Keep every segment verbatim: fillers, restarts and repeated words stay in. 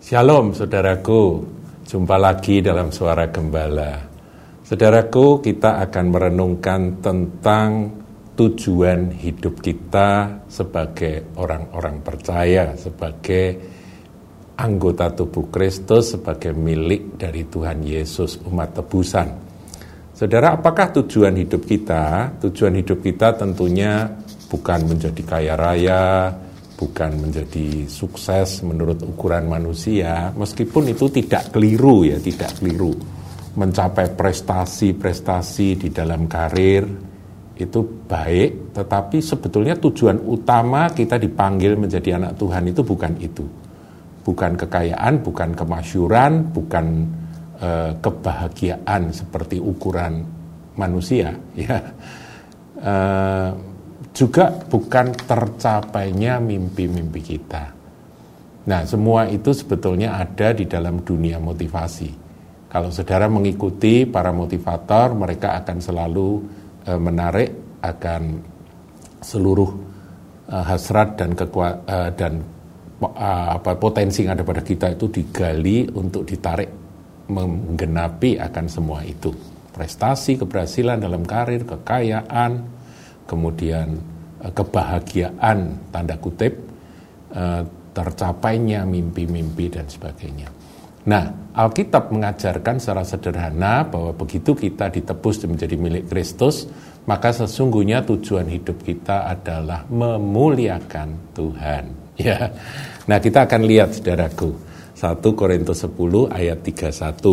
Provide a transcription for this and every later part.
Shalom saudaraku, jumpa lagi dalam Suara Gembala. Saudaraku, kita akan merenungkan tentang tujuan hidup kita sebagai orang-orang percaya, sebagai anggota tubuh Kristus, sebagai milik dari Tuhan Yesus, umat tebusan. Saudara, apakah tujuan hidup kita? Tujuan hidup kita tentunya bukan menjadi kaya raya, bukan menjadi sukses menurut ukuran manusia, meskipun itu tidak keliru ya, tidak keliru. Mencapai prestasi-prestasi di dalam karir itu baik, tetapi sebetulnya tujuan utama kita dipanggil menjadi anak Tuhan itu bukan itu. Bukan kekayaan, bukan kemasyhuran, bukan eh, kebahagiaan seperti ukuran manusia ya. Eh, juga bukan tercapainya mimpi-mimpi kita. Nah, semua itu sebetulnya ada di dalam dunia motivasi. Kalau saudara mengikuti para motivator, mereka akan selalu e, menarik akan seluruh e, hasrat dan kekuat e, dan e, apa potensi yang ada pada kita itu digali untuk ditarik menggenapi akan semua itu. Prestasi, keberhasilan dalam karir, kekayaan, kemudian kebahagiaan tanda kutip, tercapainya mimpi-mimpi dan sebagainya. Nah, Alkitab mengajarkan secara sederhana bahwa begitu kita ditebus menjadi milik Kristus, maka sesungguhnya tujuan hidup kita adalah memuliakan Tuhan. Ya. Nah, kita akan lihat saudaraku, satu Korintus sepuluh ayat tiga puluh satu.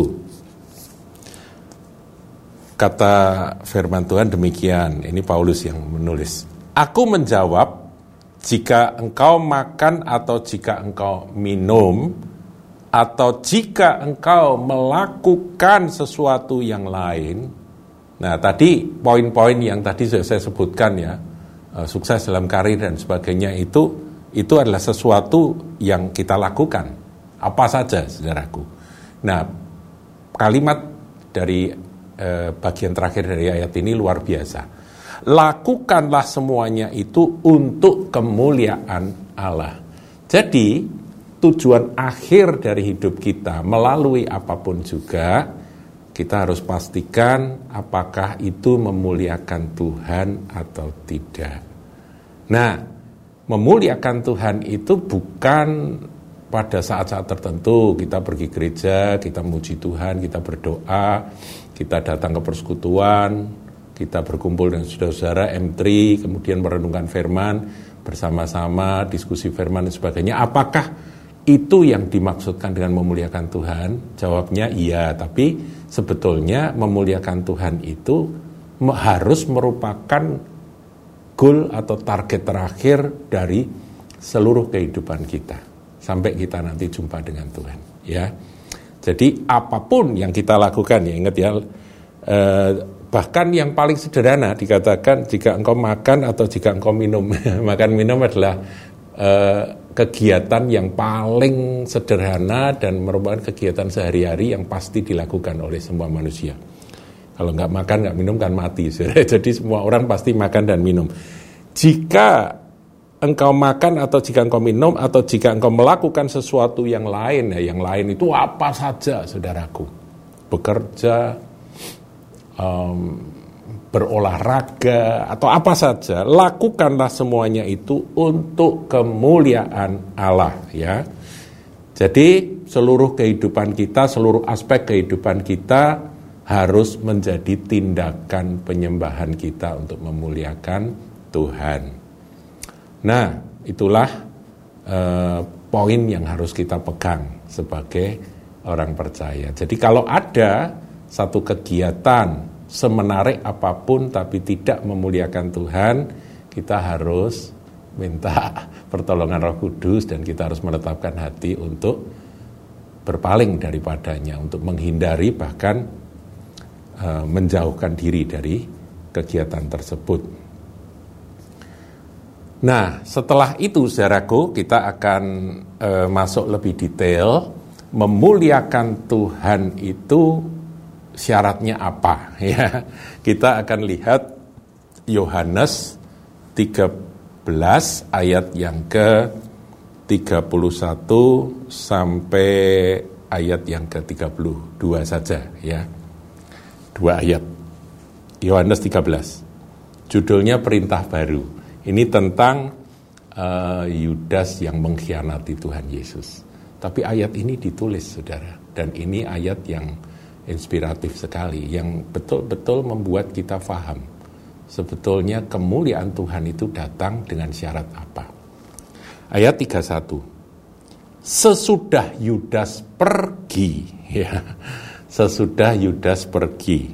Kata firman Tuhan demikian, ini Paulus yang menulis. Aku menjawab, jika engkau makan atau jika engkau minum, atau jika engkau melakukan sesuatu yang lain. Nah, tadi poin-poin yang tadi sudah saya sebutkan ya, sukses dalam karir dan sebagainya itu, itu adalah sesuatu yang kita lakukan. Apa saja, saudaraku. Nah, kalimat dari Eh, bagian terakhir dari ayat ini luar biasa. Lakukanlah semuanya itu untuk kemuliaan Allah. Jadi tujuan akhir dari hidup kita melalui apapun juga, kita harus pastikan apakah itu memuliakan Tuhan atau tidak. Nah, memuliakan Tuhan itu bukan pada saat-saat tertentu kita pergi gereja, kita memuji Tuhan, kita berdoa, kita datang ke persekutuan, kita berkumpul dengan saudara-saudara M tiga, kemudian merenungkan firman bersama-sama, diskusi firman dan sebagainya. Apakah itu yang dimaksudkan dengan memuliakan Tuhan? Jawabnya iya, tapi sebetulnya memuliakan Tuhan itu harus merupakan goal atau target terakhir dari seluruh kehidupan kita sampai kita nanti jumpa dengan Tuhan, ya. Jadi apapun yang kita lakukan, ya ingat ya, eh, bahkan yang paling sederhana dikatakan jika engkau makan atau jika engkau minum. Makan minum adalah eh, kegiatan yang paling sederhana dan merupakan kegiatan sehari-hari yang pasti dilakukan oleh semua manusia. Kalau nggak makan, nggak minum kan mati. Jadi semua orang pasti makan dan minum. Jika engkau makan atau jika engkau minum atau jika engkau melakukan sesuatu yang lain, ya yang lain itu apa saja, saudaraku. Bekerja, um, berolahraga atau apa saja, lakukanlah semuanya itu untuk kemuliaan Allah, ya. Jadi seluruh kehidupan kita, seluruh aspek kehidupan kita harus menjadi tindakan penyembahan kita untuk memuliakan Tuhan. Nah, itulah eh, poin yang harus kita pegang sebagai orang percaya. Jadi kalau ada satu kegiatan semenarik apapun tapi tidak memuliakan Tuhan, kita harus minta pertolongan Roh Kudus dan kita harus menetapkan hati untuk berpaling daripadanya, untuk menghindari bahkan eh, menjauhkan diri dari kegiatan tersebut. Nah, setelah itu saudaraku, kita akan e, masuk lebih detail. Memuliakan Tuhan itu syaratnya apa? Ya, kita akan lihat Yohanes tiga belas ayat yang ke tiga puluh satu sampai ayat yang ke tiga puluh dua saja ya. Dua ayat. Yohanes tiga belas. Judulnya Perintah Baru. Ini tentang uh, Yudas yang mengkhianati Tuhan Yesus. Tapi ayat ini ditulis, saudara. Dan ini ayat yang inspiratif sekali, yang betul-betul membuat kita paham sebetulnya kemuliaan Tuhan itu datang dengan syarat apa. Ayat tiga puluh satu. Sesudah Yudas pergi, ya, sesudah Yudas pergi,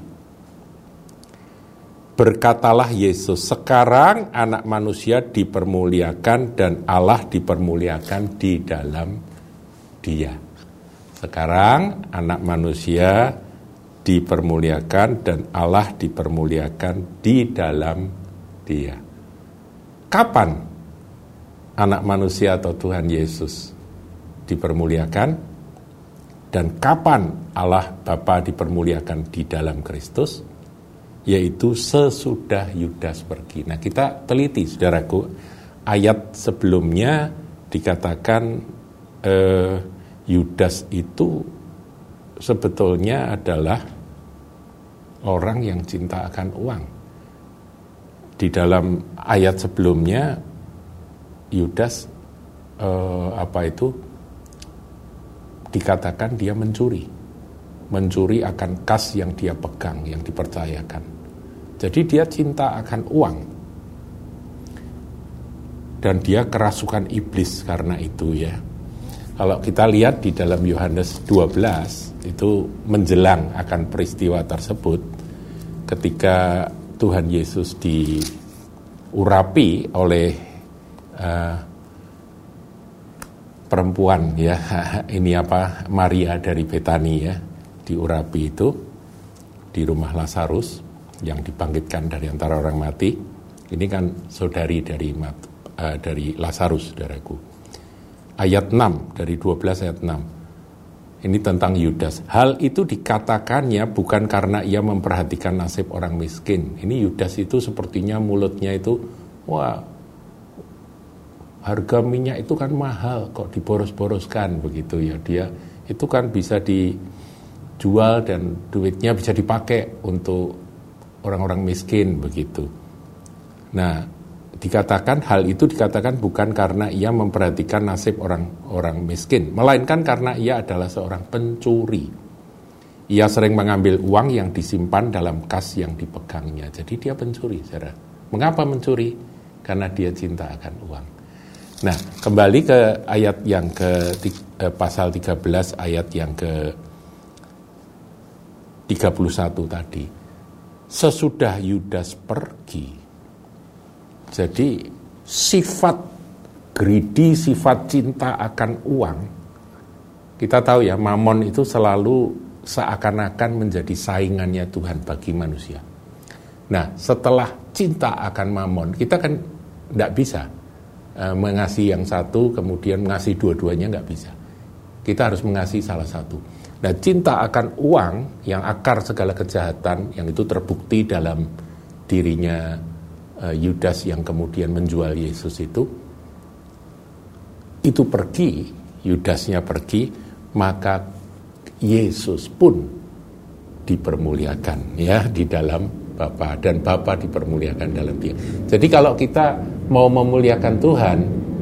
berkatalah Yesus, sekarang anak manusia dipermuliakan dan Allah dipermuliakan di dalam Dia. Sekarang anak manusia dipermuliakan dan Allah dipermuliakan di dalam Dia. Kapan anak manusia atau Tuhan Yesus dipermuliakan? Dan kapan Allah Bapa dipermuliakan di dalam Kristus? Yaitu sesudah Yudas pergi. Nah, kita teliti, saudaraku, ayat sebelumnya dikatakan eh, Yudas itu sebetulnya adalah orang yang cinta akan uang. Di dalam ayat sebelumnya Yudas eh, apa itu dikatakan dia mencuri. Mencuri akan kas yang dia pegang, yang dipercayakan. Jadi dia cinta akan uang. Dan dia kerasukan iblis karena itu ya. Kalau kita lihat di dalam Yohanes dua belas, itu menjelang akan peristiwa tersebut, ketika Tuhan Yesus diurapi oleh uh, perempuan ya, ini apa, Maria dari Betani ya, diurapi itu di rumah Lazarus yang dibangkitkan dari antara orang mati. Ini kan saudari dari uh, dari Lazarus, saudaraku. Ayat enam, dari dua belas ayat enam. Ini tentang Yudas. Hal itu dikatakannya bukan karena ia memperhatikan nasib orang miskin. Ini Yudas itu sepertinya mulutnya itu, wah, harga minyak itu kan mahal, kok diboros-boroskan begitu ya. Dia itu kan bisa dijual dan duitnya bisa dipakai untuk orang-orang miskin begitu. Nah, dikatakan hal itu dikatakan bukan karena ia memperhatikan nasib orang-orang miskin, melainkan karena ia adalah seorang pencuri. Ia sering mengambil uang yang disimpan dalam kas yang dipegangnya. Jadi dia pencuri, saudara. Mengapa mencuri? Karena dia cinta akan uang. Nah, kembali ke ayat yang ke eh, pasal tiga belas ayat yang ke tiga puluh satu tadi. Sesudah Yudas pergi. Jadi sifat greedy, sifat cinta akan uang, kita tahu ya, mamon itu selalu seakan-akan menjadi saingannya Tuhan bagi manusia. Nah, setelah cinta akan mamon, kita kan tidak bisa uh, mengasihi yang satu, kemudian mengasihi dua-duanya, nggak bisa. Kita harus mengasihi salah satu. Nah, cinta akan uang yang akar segala kejahatan, yang itu terbukti dalam dirinya Yudas yang kemudian menjual Yesus itu, itu pergi, Yudasnya pergi, maka Yesus pun dipermuliakan ya di dalam Bapa, dan Bapa dipermuliakan dalam Dia. Jadi kalau kita mau memuliakan Tuhan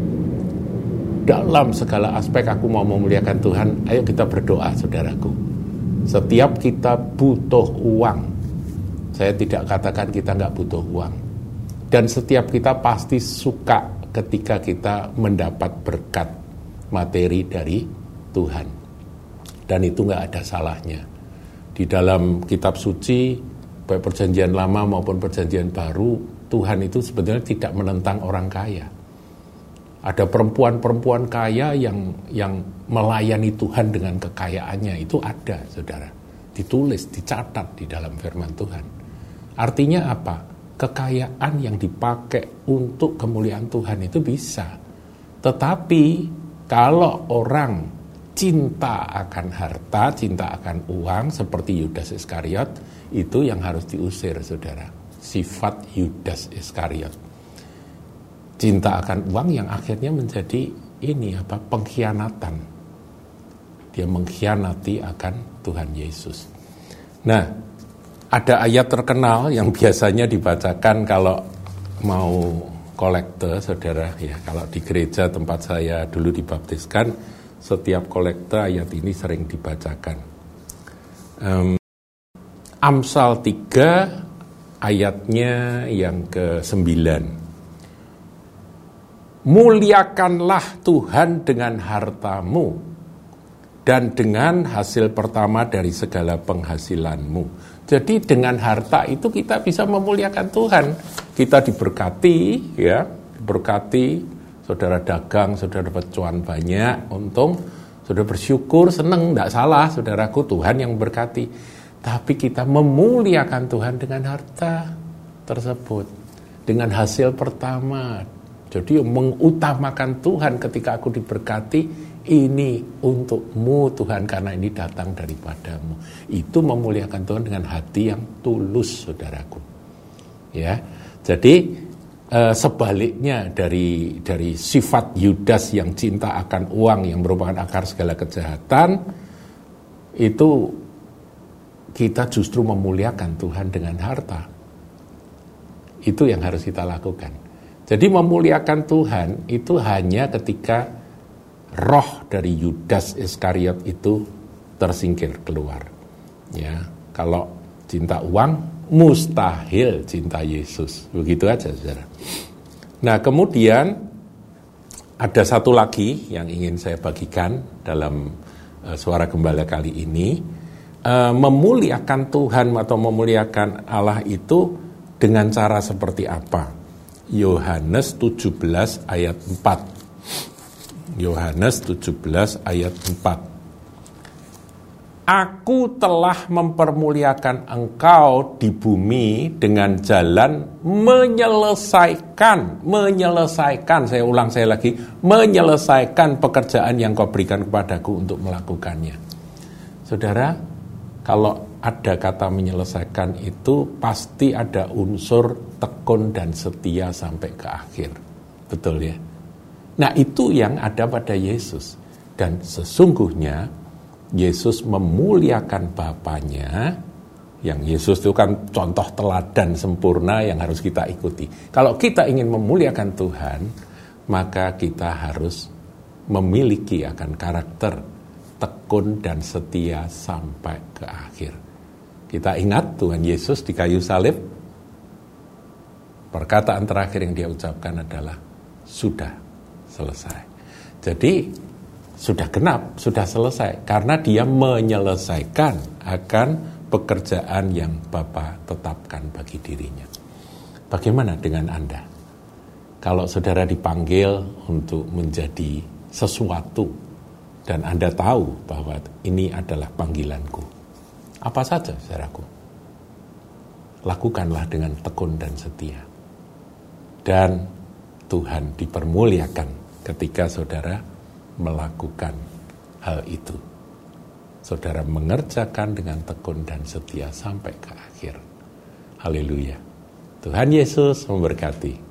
dalam segala aspek, aku mau memuliakan Tuhan, ayo kita berdoa, saudaraku. Setiap kita butuh uang, saya tidak katakan kita nggak butuh uang. Dan setiap kita pasti suka ketika kita mendapat berkat materi dari Tuhan. Dan itu gak ada salahnya. Di dalam kitab suci, baik perjanjian lama maupun perjanjian baru, Tuhan itu sebenarnya tidak menentang orang kaya. Ada perempuan-perempuan kaya yang yang melayani Tuhan dengan kekayaannya. Itu ada, saudara. Ditulis, dicatat di dalam firman Tuhan. Artinya apa? Kekayaan yang dipakai untuk kemuliaan Tuhan itu bisa. Tetapi kalau orang cinta akan harta, cinta akan uang seperti Yudas Iskariot, itu yang harus diusir, saudara. Sifat Yudas Iskariot. Cinta akan uang yang akhirnya menjadi ini apa pengkhianatan. Dia mengkhianati akan Tuhan Yesus. Nah, ada ayat terkenal yang biasanya dibacakan kalau mau kolekte, saudara, ya. Kalau di gereja tempat saya dulu dibaptiskan, setiap kolekte ayat ini sering dibacakan. Um, Amsal tiga ayatnya yang ke sembilan. Muliakanlah Tuhan dengan hartamu dan dengan hasil pertama dari segala penghasilanmu. Jadi dengan harta itu kita bisa memuliakan Tuhan. Kita diberkati, ya, diberkati. Saudara dagang, saudara dapat cuan banyak, untung, saudara bersyukur, senang, tidak salah, saudaraku, Tuhan yang berkati. Tapi kita memuliakan Tuhan dengan harta tersebut, dengan hasil pertama. Jadi mengutamakan Tuhan ketika aku diberkati, ini untukmu Tuhan karena ini datang daripadamu. Itu memuliakan Tuhan dengan hati yang tulus, saudaraku. Ya, jadi eh, sebaliknya dari dari sifat Yudas yang cinta akan uang yang merupakan akar segala kejahatan, itu kita justru memuliakan Tuhan dengan harta. Itu yang harus kita lakukan. Jadi memuliakan Tuhan itu hanya ketika roh dari Yudas Iskariot itu tersingkir keluar. Ya, kalau cinta uang mustahil cinta Yesus. Begitu aja, saudara. Nah, kemudian ada satu lagi yang ingin saya bagikan dalam uh, Suara Gembala kali ini. Uh, memuliakan Tuhan atau memuliakan Allah itu dengan cara seperti apa? Yohanes tujuh belas ayat empat. Yohanes tujuh belas ayat empat. Aku telah mempermuliakan engkau di bumi dengan jalan menyelesaikan, menyelesaikan, saya ulang saya lagi, menyelesaikan pekerjaan yang kau berikan kepadaku untuk melakukannya. Saudara, kalau ada kata menyelesaikan itu pasti ada unsur tekun dan setia sampai ke akhir. Betul ya? Nah, itu yang ada pada Yesus. Dan sesungguhnya Yesus memuliakan Bapanya, yang Yesus itu kan contoh teladan sempurna yang harus kita ikuti. Kalau kita ingin memuliakan Tuhan, maka kita harus memiliki akan karakter tekun dan setia sampai ke akhir. Kita ingat Tuhan Yesus di kayu salib, perkataan terakhir yang dia ucapkan adalah sudah selesai. Jadi sudah genap, sudah selesai, karena dia menyelesaikan akan pekerjaan yang Bapa tetapkan bagi dirinya. Bagaimana dengan Anda? Kalau saudara dipanggil untuk menjadi sesuatu dan Anda tahu bahwa ini adalah panggilanku, apa saja, saudaraku, lakukanlah dengan tekun dan setia. Dan Tuhan dipermuliakan ketika saudara melakukan hal itu. Saudara mengerjakan dengan tekun dan setia sampai ke akhir. Haleluya. Tuhan Yesus memberkati.